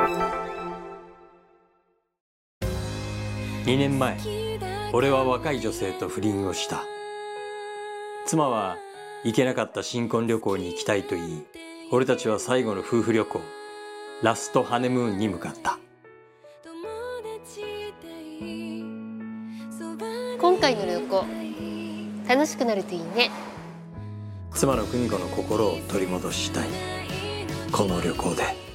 2年前、俺は若い女性と不倫をした。妻は行けなかった新婚旅行に行きたいと言い、俺たちは最後の夫婦旅行、ラストハネムーンに向かった。 今回の旅行、楽しくなるといいね。 妻の久美子の心を取り戻したい、この旅行で。